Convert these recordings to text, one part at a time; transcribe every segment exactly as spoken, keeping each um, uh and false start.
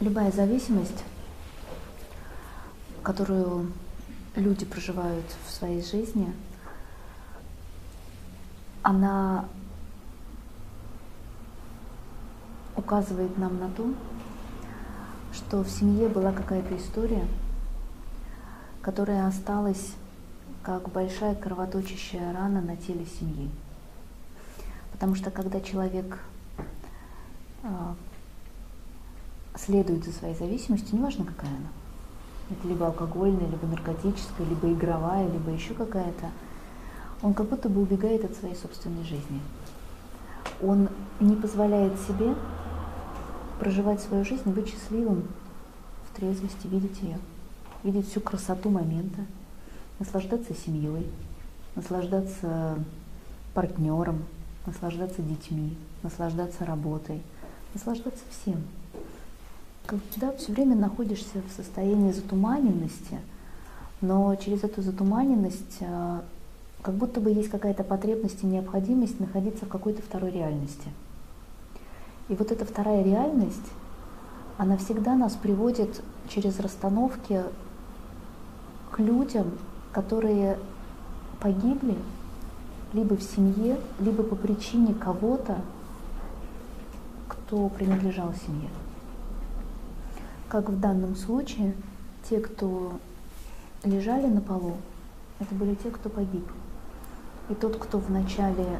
Любая зависимость, которую люди проживают в своей жизни, она указывает нам на то, что в семье была какая-то история, которая осталась как большая кровоточащая рана на теле семьи. Потому что когда человек э, следует за своей зависимостью, неважно какая она, это либо алкогольная, либо наркотическая, либо игровая, либо еще какая-то, он как будто бы убегает от своей собственной жизни. Он не позволяет себе проживать свою жизнь и быть счастливым в трезвости, видеть ее, видеть всю красоту момента, наслаждаться семьей, наслаждаться партнером, наслаждаться детьми, наслаждаться работой, наслаждаться всем. Когда все время находишься в состоянии затуманенности, но через эту затуманенность как будто бы есть какая-то потребность и необходимость находиться в какой-то второй реальности. И вот эта вторая реальность, она всегда нас приводит через расстановки к людям, которые погибли либо в семье, либо по причине кого-то, кто принадлежал семье. Как в данном случае, те, кто лежали на полу, это были те, кто погиб. И тот, кто вначале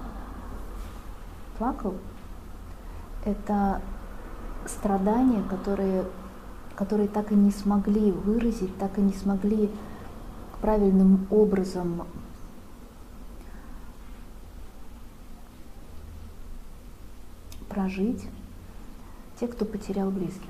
плакал, это страдания, которые, которые так и не смогли выразить, так и не смогли правильным образом прожить те, кто потерял близких.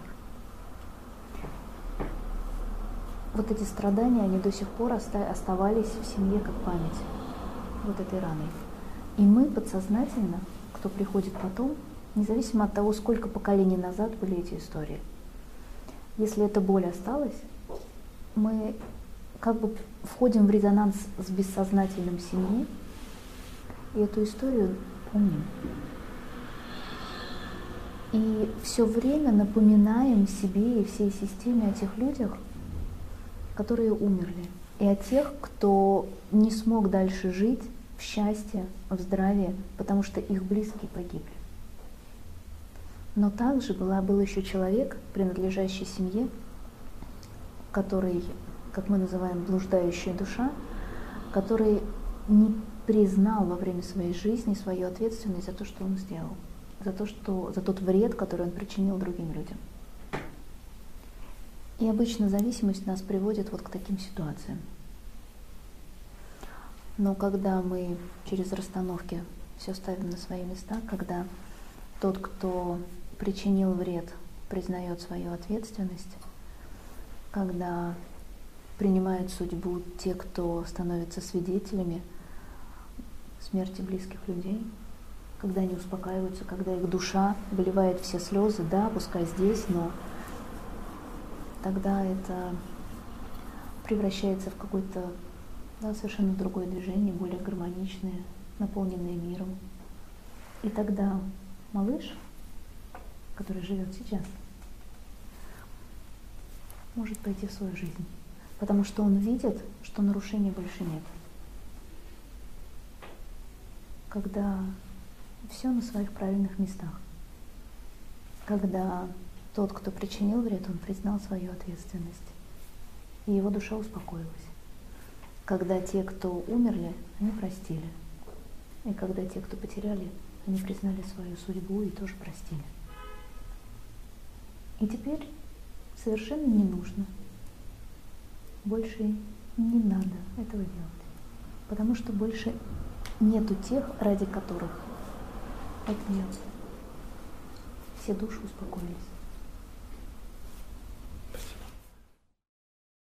Вот эти страдания, они до сих пор оставались в семье как память вот этой раной. И мы подсознательно, кто приходит потом, независимо от того, сколько поколений назад были эти истории, если эта боль осталась, мы как бы входим в резонанс с бессознательным семьи и эту историю помним. И все время напоминаем себе и всей системе о тех людях, которые умерли, и о тех, кто не смог дальше жить в счастье, в здравии, потому что их близкие погибли. Но также была, был еще человек, принадлежащий семье, который, как мы называем, блуждающая душа, который не признал во время своей жизни свою ответственность за то, что он сделал, за то, что, за тот вред, который он причинил другим людям. И обычно зависимость нас приводит вот к таким ситуациям. Но когда мы через расстановки все ставим на свои места, когда тот, кто причинил вред, признает свою ответственность, когда принимают судьбу те, кто становится свидетелями смерти близких людей, когда они успокаиваются, когда их душа выливает все слезы, да, пускай здесь, но тогда это превращается в какое-то, да, совершенно другое движение, более гармоничное, наполненное миром. И тогда малыш, который живет сейчас, может пойти в свою жизнь, потому что он видит, что нарушений больше нет. Когда все на своих правильных местах. Когда тот, кто причинил вред, он признал свою ответственность, и его душа успокоилась. Когда те, кто умерли, они простили. И когда те, кто потеряли, они признали свою судьбу и тоже простили. И теперь совершенно не нужно, больше не надо этого делать, потому что больше нету тех, ради которых это делать. Все души успокоились.